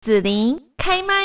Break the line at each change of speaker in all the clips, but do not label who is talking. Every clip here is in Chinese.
子琳开麦。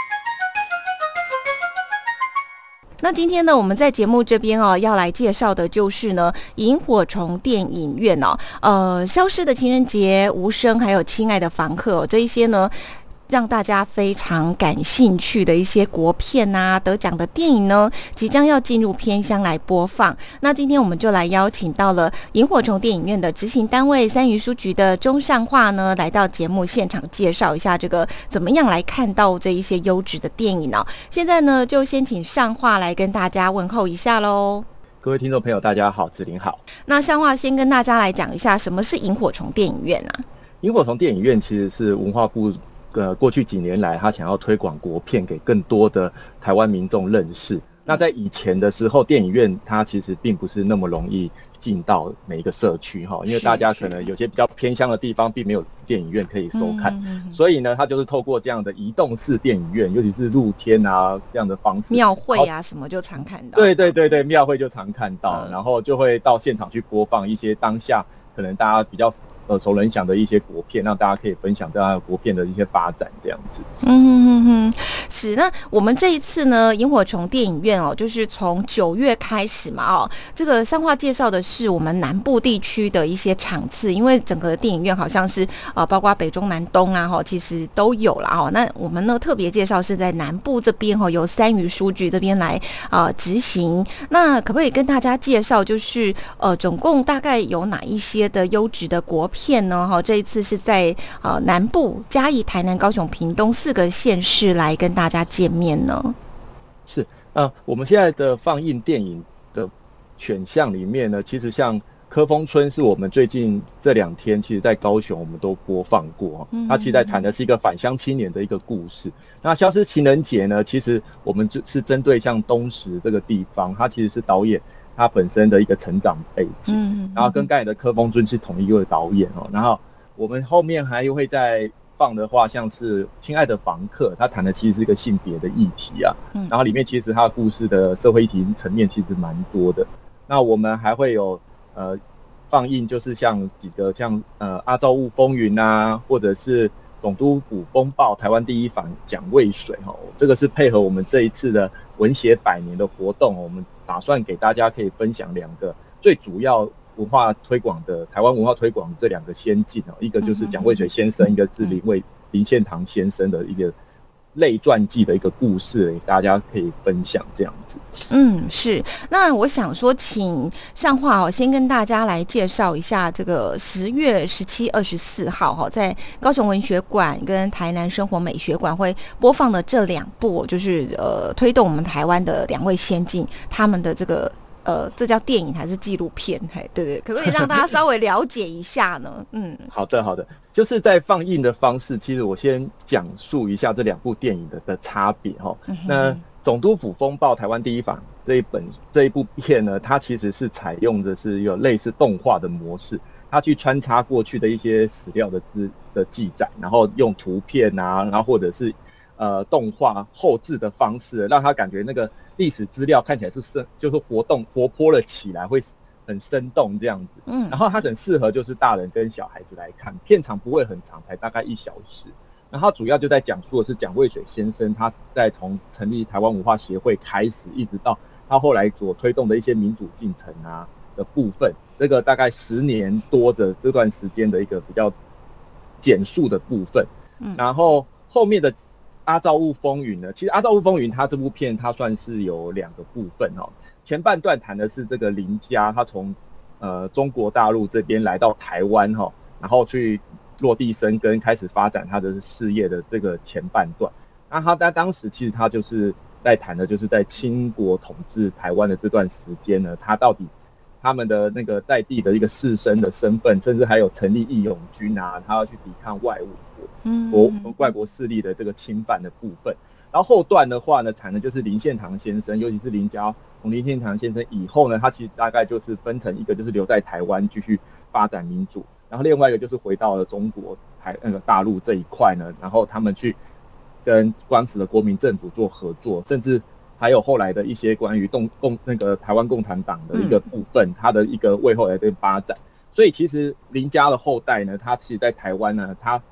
那今天呢，我们在节目这边要来介绍的就是呢，萤火虫电影院消失的情人节、无声，还有亲爱的房客这一些呢，让大家非常感兴趣的一些国片啊，得奖的电影呢，即将要进入片箱来播放。那今天我们就来邀请到了萤火虫电影院的执行单位三余书局的钟尚化呢，来到节目现场介绍一下这个怎么样来看到这一些优质的电影现在呢，就先请尚化来跟大家问候一下咯。
各位听众朋友大家好，子琳好。
那尚化先跟大家来讲一下什么是萤火虫电影院啊？
萤火虫电影院其实是文化部过去几年来他想要推广国片给更多的台湾民众认识。那在以前的时候，电影院它其实并不是那么容易进到每一个社区因为大家可能有些比较偏乡的地方并没有电影院可以收看，所以呢它就是透过这样的移动式电影院，尤其是露天啊这样的方式，
庙会啊什么就常看到。
对，庙会就常看到，然后就会到现场去播放一些当下可能大家比较耳熟能详的一些国片，让大家可以分享大家国片的一些发展这样子。
是。那我们这一次呢，萤火虫电影院就是从9月开始嘛这个尚化介绍的是我们南部地区的一些场次，因为整个电影院好像是包括北中南东啊其实都有啦那我们呢特别介绍是在南部这边由三余书局这边来执行。那可不可以跟大家介绍，就是总共大概有哪一些的优质的国片呢这一次是在南部嘉义、台南、高雄、屏东4个县市来跟大家见面呢？
是我们现在的放映电影的选项里面呢，其实像科峰村是我们最近这2天其实在高雄我们都播放过它其实在谈的是一个返乡青年的一个故事。那消失情人节呢，其实我们是针对像东石这个地方，它其实是导演他本身的一个成长背景然后跟刚才的科峰村是同一位导演然后我们后面还会再放的话，像是亲爱的房客，他谈的其实是一个性别的议题然后里面其实他的故事的社会议题层面其实蛮多的。那我们还会有放映，就是像几个像阿罩雾风云啊，或者是总督府风暴台湾第一反蒋渭水这个是配合我们这一次的文协100年的活动我们打算给大家可以分享2个最主要文化推广的台湾文化推广的这2个先进一个就是蒋渭水先生，一个是林献堂先生的一个类传记的一个故事，大家可以分享这样子。
是。那我想说，请尚化先跟大家来介绍一下这个10月17、24号在高雄文学馆跟台南生活美学馆会播放的这2部，就是推动我们台湾的2位先进他们的这个。这叫电影还是纪录片？对，可不可以让大家稍微了解一下呢？
好的，就是在放映的方式，其实我先讲述一下这2部电影的差别那总督府风暴台湾第一反这一部片呢，它其实是采用的是有类似动画的模式，它去穿插过去的一些史料的记载，然后用图片然后或者是动画后制的方式，让他感觉那个历史资料看起来就是活泼了起来，会很生动这样子。然后它很适合就是大人跟小孩子来看，片长不会很长，才大概1小时。然后它主要就在讲述的是蒋渭水先生，他在从成立台湾文化协会开始，一直到他后来所推动的一些民主进程的部分，这个大概10年多的这段时间的一个比较简述的部分。然后后面的阿罩雾风云呢，其实阿罩雾风云它这部片它算是有2个部分前半段谈的是这个林家他从中国大陆这边来到台湾然后去落地生根，开始发展他的事业的这个前半段。那他在当时其实他就是在谈的就是在清国统治台湾的这段时间呢，他到底他们的那个在地的一个士绅的身份，甚至还有成立义勇军他要去抵抗外国势力的这个侵犯的部分。然后后段的话呢，谈的就是林献堂先生，尤其是从林献堂先生以后呢，他其实大概就是分成一个就是留在台湾继续发展民主，然后另外一个就是回到了中国大陆这一块呢，然后他们去跟当时的国民政府做合作，甚至还有后来的一些关于那个台湾共产党的一个部分，他的一个为后来的发展。所以其实林家的后代呢，他其实在台湾呢，他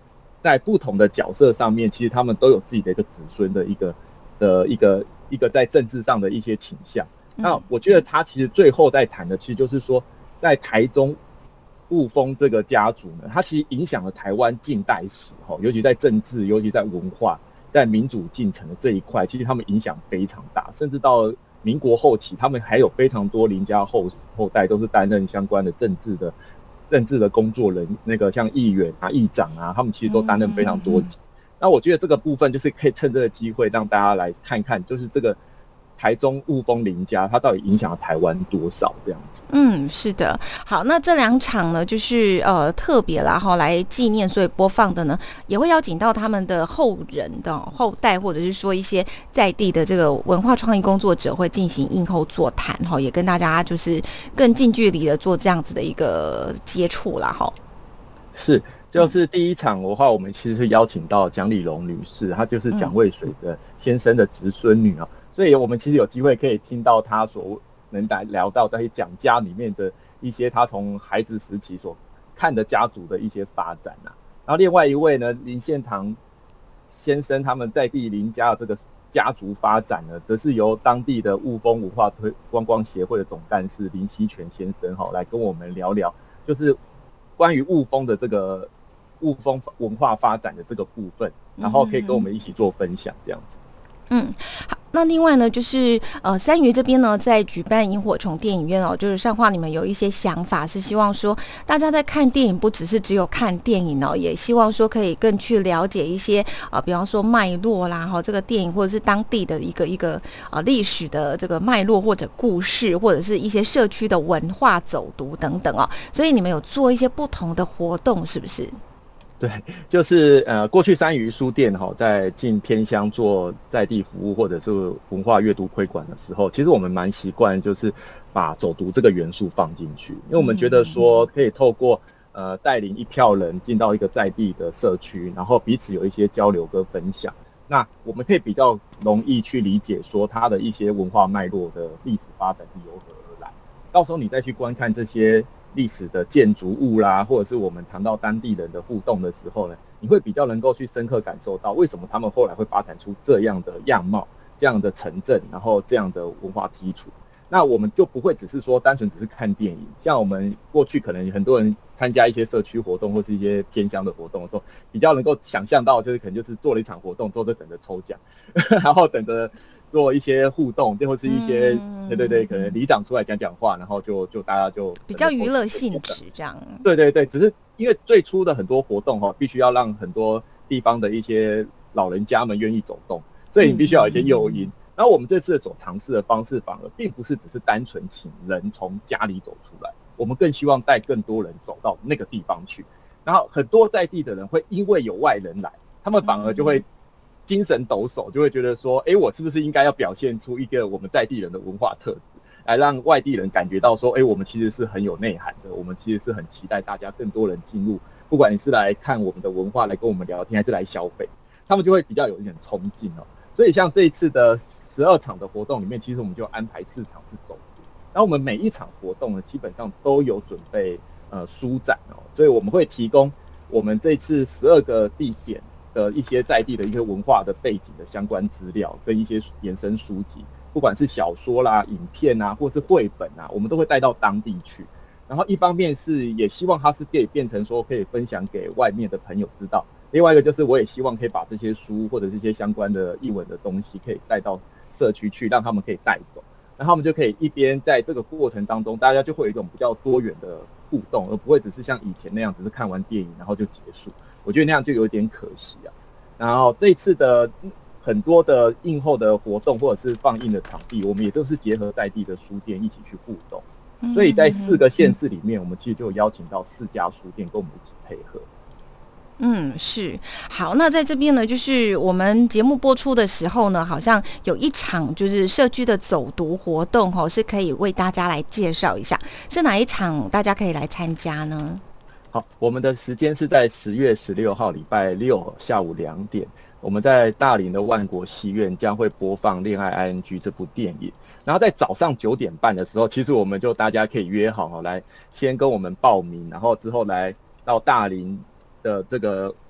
在不同的角色上面，其实他们都有自己的一个子孙的一个在政治上的一些倾向。那我觉得他其实最后在谈的，其实就是说，在台中雾峰这个家族呢，他其实影响了台湾近代史，尤其在政治，尤其在文化，在民主进程的这一块，其实他们影响非常大，甚至到民国后期，他们还有非常多林家后代都是担任相关的政治的工作人，那个像议员啊、议长啊，他们其实都担任非常多级。那我觉得这个部分就是可以趁这个机会让大家来看看，就是这个台中雾峰林家它到底影响了台湾多少这样子。
是的。好，那这2场呢，就是特别啦来纪念，所以播放的呢，也会邀请到他们的后人的后代，或者是说一些在地的这个文化创意工作者会进行映后座谈，也跟大家就是更近距离的做这样子的一个接触啦。
是，就是第一场的话，我们其实是邀请到蒋理荣女士，她就是蒋渭水的先生的侄孙女啊，所以我们其实有机会可以听到她所能聊到在蒋家里面的一些她从孩子时期所看的家族的一些发展啊。然后另外一位呢，林献堂先生他们在地林家的这个家族发展呢，则是由当地的雾峰文化观光协会的总干事林锡全先生来跟我们聊聊，就是关于雾峰的这个雾峰文化发展的这个部分，然后可以跟我们一起做分享这样子。
好，那另外呢，就是三余这边呢，在举办萤火虫电影院就是上话你们有一些想法，是希望说大家在看电影不只是只有看电影也希望说可以更去了解一些比方说脉络啦，这个电影或者是当地的一个历史的这个脉络或者故事，或者是一些社区的文化走读等等所以你们有做一些不同的活动，是不是？
对，就是过去三余书店在进偏乡做在地服务或者是文化阅读推广的时候，其实我们蛮习惯就是把走读这个元素放进去，因为我们觉得说可以透过带领一票人进到一个在地的社区，然后彼此有一些交流跟分享，那我们可以比较容易去理解说它的一些文化脉络的历史发展是由何而来，到时候你再去观看这些历史的建筑物啦，或者是我们谈到当地人的互动的时候呢，你会比较能够去深刻感受到为什么他们后来会发展出这样的样貌、这样的城镇，然后这样的文化基础。那我们就不会只是说单纯只是看电影，像我们过去可能很多人参加一些社区活动或是一些偏乡的活动的时候，比较能够想象到就是可能就是做了一场活动之后就等着抽奖然后等着做一些互动，最后是一些对，可能里长出来讲话，然后就大家就
比较娱乐性质这样。
对，只是因为最初的很多活动必须要让很多地方的一些老人家们愿意走动，所以你必须要有一些诱因。然后我们这次所尝试的方式反而并不是只是单纯请人从家里走出来，我们更希望带更多人走到那个地方去，然后很多在地的人会因为有外人来，他们反而就会精神抖擞，就会觉得说我是不是应该要表现出一个我们在地人的文化特质，来让外地人感觉到说我们其实是很有内涵的，我们其实是很期待大家更多人进入，不管你是来看我们的文化，来跟我们聊天，还是来消费，他们就会比较有一点冲劲所以像这一次的12场的活动里面，其实我们就安排4场是走读，然后我们每一场活动呢，基本上都有准备书展所以我们会提供我们这次12个地点的一些在地的一些文化的背景的相关资料，跟一些延伸书籍，不管是小说啦、影片啊，或是绘本啊，我们都会带到当地去。然后一方面是也希望它是可以变成说可以分享给外面的朋友知道，另外一个就是我也希望可以把这些书或者这些相关的译文的东西可以带到社区去，让他们可以带走，然后他们就可以一边在这个过程当中，大家就会有一种比较多元的互动，而不会只是像以前那样只是看完电影然后就结束，我觉得那样就有点可惜啊。然后这一次的很多的映后的活动或者是放映的场地，我们也都是结合在地的书店一起去互动，所以在4个县市里面，我们其实就有邀请到4家书店跟我们一起配合。
是。好，那在这边呢，就是我们节目播出的时候呢，好像有一场就是社区的走读活动是可以为大家来介绍一下，是哪一场大家可以来参加呢？
好，我们的时间是在10月16号礼拜六下午2点，我们在大林的万国戏院将会播放《恋爱 ING》这部电影，然后在早上9点半的时候，其实我们就大家可以约好来先跟我们报名，然后之后来到大林的这个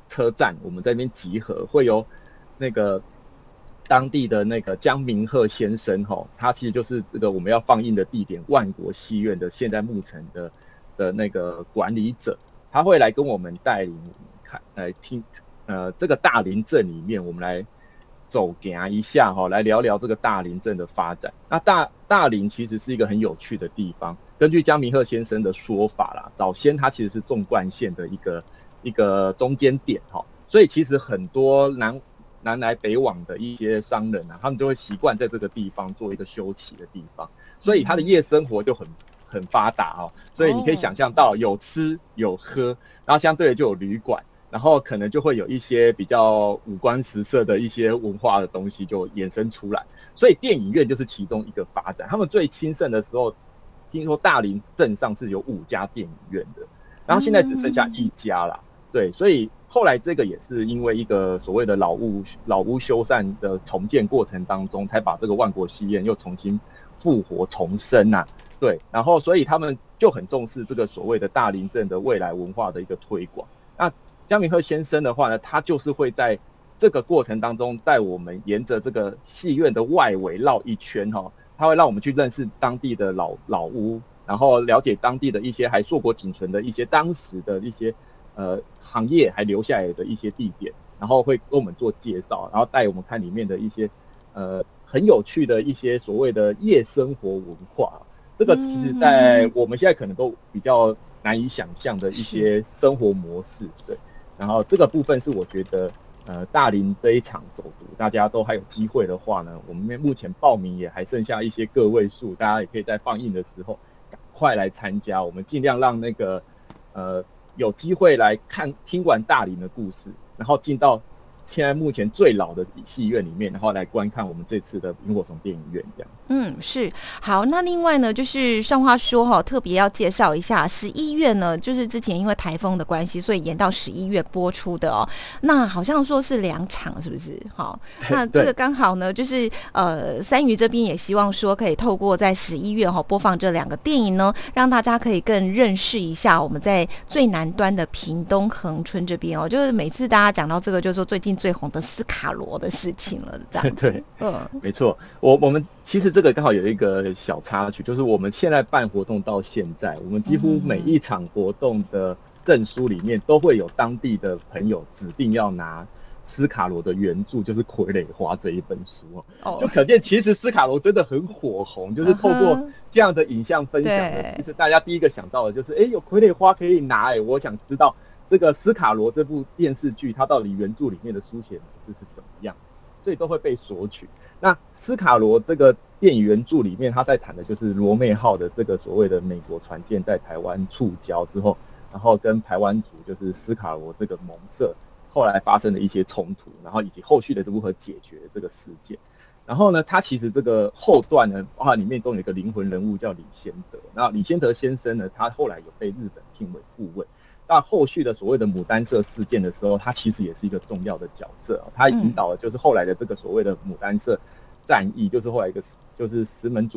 车站，我们这边集合，会有那个当地的那个江明鹤先生他其实就是这个我们要放映的地点万国戏院的现在目前的那个管理者，他会来跟我们带领看来听这个大林镇里面，我们来走行一下来聊聊这个大林镇的发展。那大林其实是一个很有趣的地方，根据江明鹤先生的说法啦，早先它其实是纵贯线的一个中间点所以其实很多南来北往的一些商人他们就会习惯在这个地方做一个休息的地方，所以它的夜生活就很发达所以你可以想象到有吃有喝，然后相对的就有旅馆，然后可能就会有一些比较五光十色的一些文化的东西就衍生出来，所以电影院就是其中一个发展。他们最兴盛的时候，听说大林镇上是有5家电影院的，然后现在只剩下1家啦。对，所以后来这个也是因为一个所谓的老屋修缮的重建过程当中，才把这个万国戏院又重新复活重生对，然后所以他们就很重视这个所谓的大林镇的未来文化的一个推广。那江明鹤先生的话呢，他就是会在这个过程当中带我们沿着这个戏院的外围绕一圈他会让我们去认识当地的老屋，然后了解当地的一些还硕果仅存的一些当时的一些行业还留下来的一些地点，然后会跟我们做介绍，然后带我们看里面的一些很有趣的一些所谓的夜生活文化。这个其实在我们现在可能都比较难以想象的一些生活模式，对。然后这个部分是我觉得大林这一场走读，大家都还有机会的话呢，我们目前报名也还剩下一些个位数，大家也可以在放映的时候赶快来参加，我们尽量让那个有机会来听完大林的故事，然后进到现在目前最老的戏院里面，然后来观看我们这次的萤火虫电影院这样子。
是好。那另外呢，就是上话说特别要介绍一下11月呢，就是之前因为台风的关系，所以延到11月播出的那好像说是2场，是不是？好，那这个刚好呢，就是三余这边也希望说可以透过在11月播放这2个电影呢，让大家可以更认识一下我们在最南端的屏东恒春这边就是每次大家讲到这个，就是说最近最红的斯卡罗的事情了，这样子。
对，没错。我们其实这个刚好有一个小插曲，就是我们现在办活动到现在，我们几乎每一场活动的证书里面都会有当地的朋友指定要拿斯卡罗的原著，就是《傀儡花》这一本书就可见其实斯卡罗真的很火红，就是透过这样的影像分享其实大家第一个想到的就是有傀儡花可以拿我想知道这个斯卡罗这部电视剧它到底原著里面的书写模式是怎么样，所以都会被索取。那斯卡罗这个电影原著里面，他在谈的就是罗妹号的这个所谓的美国船舰在台湾触礁之后，然后跟台湾族就是斯卡罗这个盟社后来发生的一些冲突，然后以及后续的如何解决这个事件。然后呢，他其实这个后段呢，包含里面中有一个灵魂人物叫李先德。那李先德先生呢，他后来有被日本聘为顾问。到后续的所谓的牡丹社事件的时候，他其实也是一个重要的角色他引导了就是后来的这个所谓的牡丹社战役，就是后来一个就是石门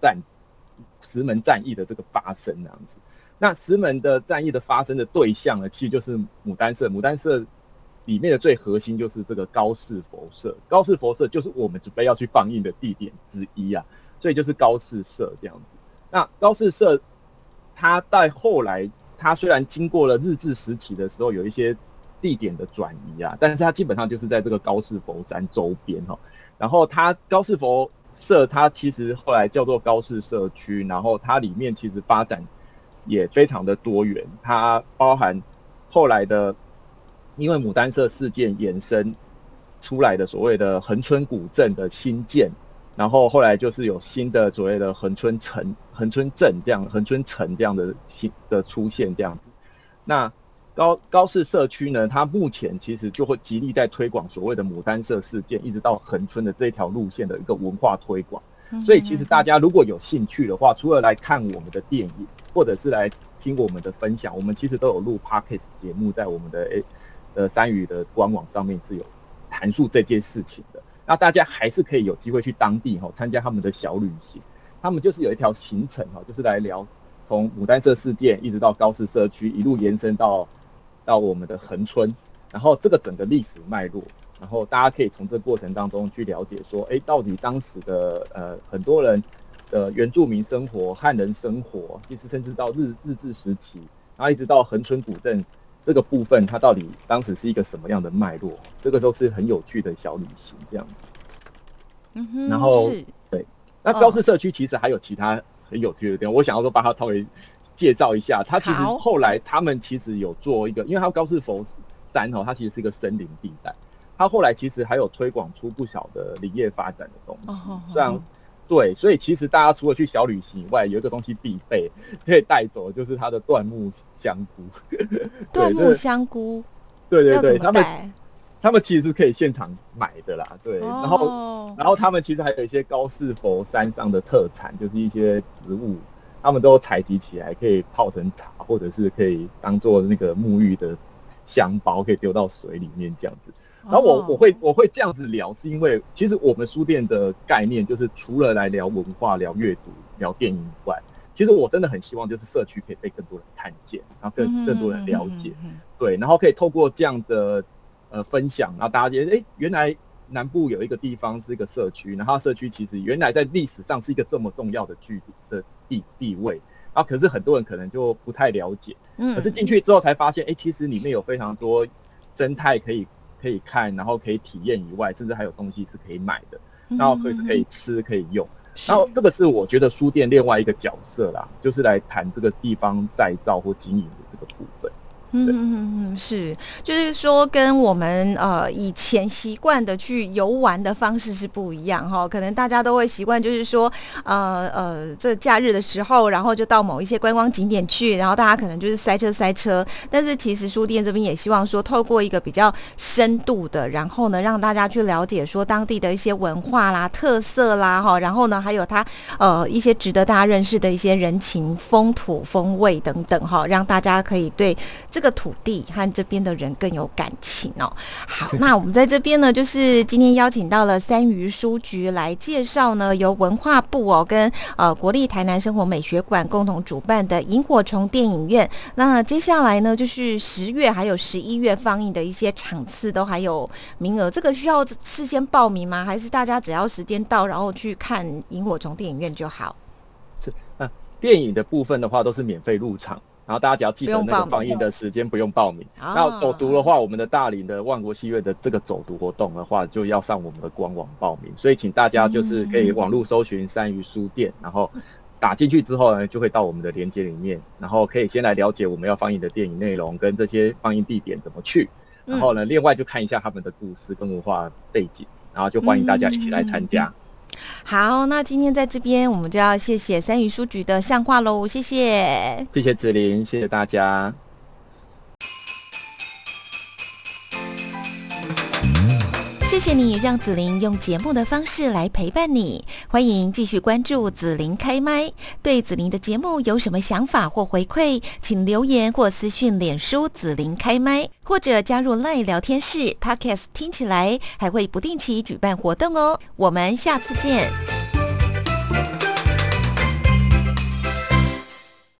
战役的这个发生这样子。那石门的战役的发生的对象呢，其实就是牡丹社。牡丹社里面的最核心就是这个高士佛社，高士佛社就是我们准备要去放映的地点之一所以就是高士社这样子。那高士社它在后来，它虽然经过了日治时期的时候有一些地点的转移但是它基本上就是在这个高士佛山周边然后它高士佛社它其实后来叫做高士社区，然后它里面其实发展也非常的多元，它包含后来的因为牡丹社事件衍生出来的所谓的恒春古镇的新建，然后后来就是有新的所谓的恒春镇这样恒春城这样的出现这样子。那高士社区呢，它目前其实就会极力在推广所谓的牡丹社事件一直到恒春的这一条路线的一个文化推广。所以其实大家如果有兴趣的话，除了来看我们的电影或者是来听我们的分享，我们其实都有录 Podcast 节目在我们的三语的官网上面是有谈述这件事情的。那大家还是可以有机会去当地参加他们的小旅行，他们就是有一条行程就是来聊从牡丹社事件一直到高士社区一路延伸到我们的恒春， 然后这个整个历史脉络，然后大家可以从这个过程当中去了解说，到底当时的很多人的原住民生活、汉人生活，其实甚至到日治时期，然后一直到恒春古镇这个部分，它到底当时是一个什么样的脉络？这个都是很有趣的小旅行这样子。然后对，那标示社区其实还有其他很有趣的地方，我想要说把它稍微介绍一下。它其实后来他们其实有做一个，因为它高士佛山它其实是一个森林地带，它后来其实还有推广出不少的林业发展的东西，这样。对，所以其实大家除了去小旅行以外，有一个东西必备可以带走，就是它的椴木香菇。
椴木香菇，
对，他们其实是可以现场买的啦。对，然后他们其实还有一些高士佛山上的特产，就是一些植物，他们都采集起来，可以泡成茶，或者是可以当做那个沐浴的香包，可以丢到水里面这样子。然后我会这样子聊，是因为其实我们书店的概念就是除了来聊文化、聊阅读、聊电影以外，其实我真的很希望就是社区可以被更多人看见，然后更多人了解，对，然后可以透过这样的分享，然后大家觉得原来南部有一个地方是一个社区，然后社区其实原来在历史上是一个这么重要的地位，然后可是很多人可能就不太了解，可是进去之后才发现，其实里面有非常多生态可以看，然后可以体验以外，甚至还有东西是可以买的，然后可以吃可以用，然后这个是我觉得书店另外一个角色啦，就是来谈这个地方再造或经营的这个部分。
是，就是说跟我们以前习惯的去游玩的方式是不一样哈。可能大家都会习惯，就是说这假日的时候，然后就到某一些观光景点去，然后大家可能就是塞车。但是其实书店这边也希望说，透过一个比较深度的，然后呢让大家去了解说当地的一些文化啦、特色啦哈，然后呢还有它一些值得大家认识的一些人情、风土、风味等等哈，让大家可以对这个土地和这边的人更有感情哦。好，那我们在这边呢，就是今天邀请到了三余书局来介绍呢，由文化部跟国立台南生活美学馆共同主办的萤火虫电影院。那接下来呢，就是10月还有11月放映的一些场次都还有名额，这个需要事先报名吗？还是大家只要时间到，然后去看萤火虫电影院就好？
是，电影的部分的话都是免费入场。然后大家只要记得那个放映的时间，不用报名。那走读的话，我们的大林的万国戏院的这个走读活动的话，就要上我们的官网报名。所以请大家就是可以网络搜寻三余书店，然后打进去之后呢，就会到我们的连结里面，然后可以先来了解我们要放映的电影内容跟这些放映地点怎么去。然后呢，另外就看一下他们的故事跟文化背景，然后就欢迎大家一起来参加。
好，那今天在这边我们就要谢谢三余书局的向化喽，谢谢
子琳，谢谢大家。
谢谢你让子琳用节目的方式来陪伴你，欢迎继续关注子琳开麦。对子琳的节目有什么想法或回馈，请留言或私讯脸书子琳开麦，或者加入 LINE 聊天室 Podcast 听起来，还会不定期举办活动哦。我们下次见。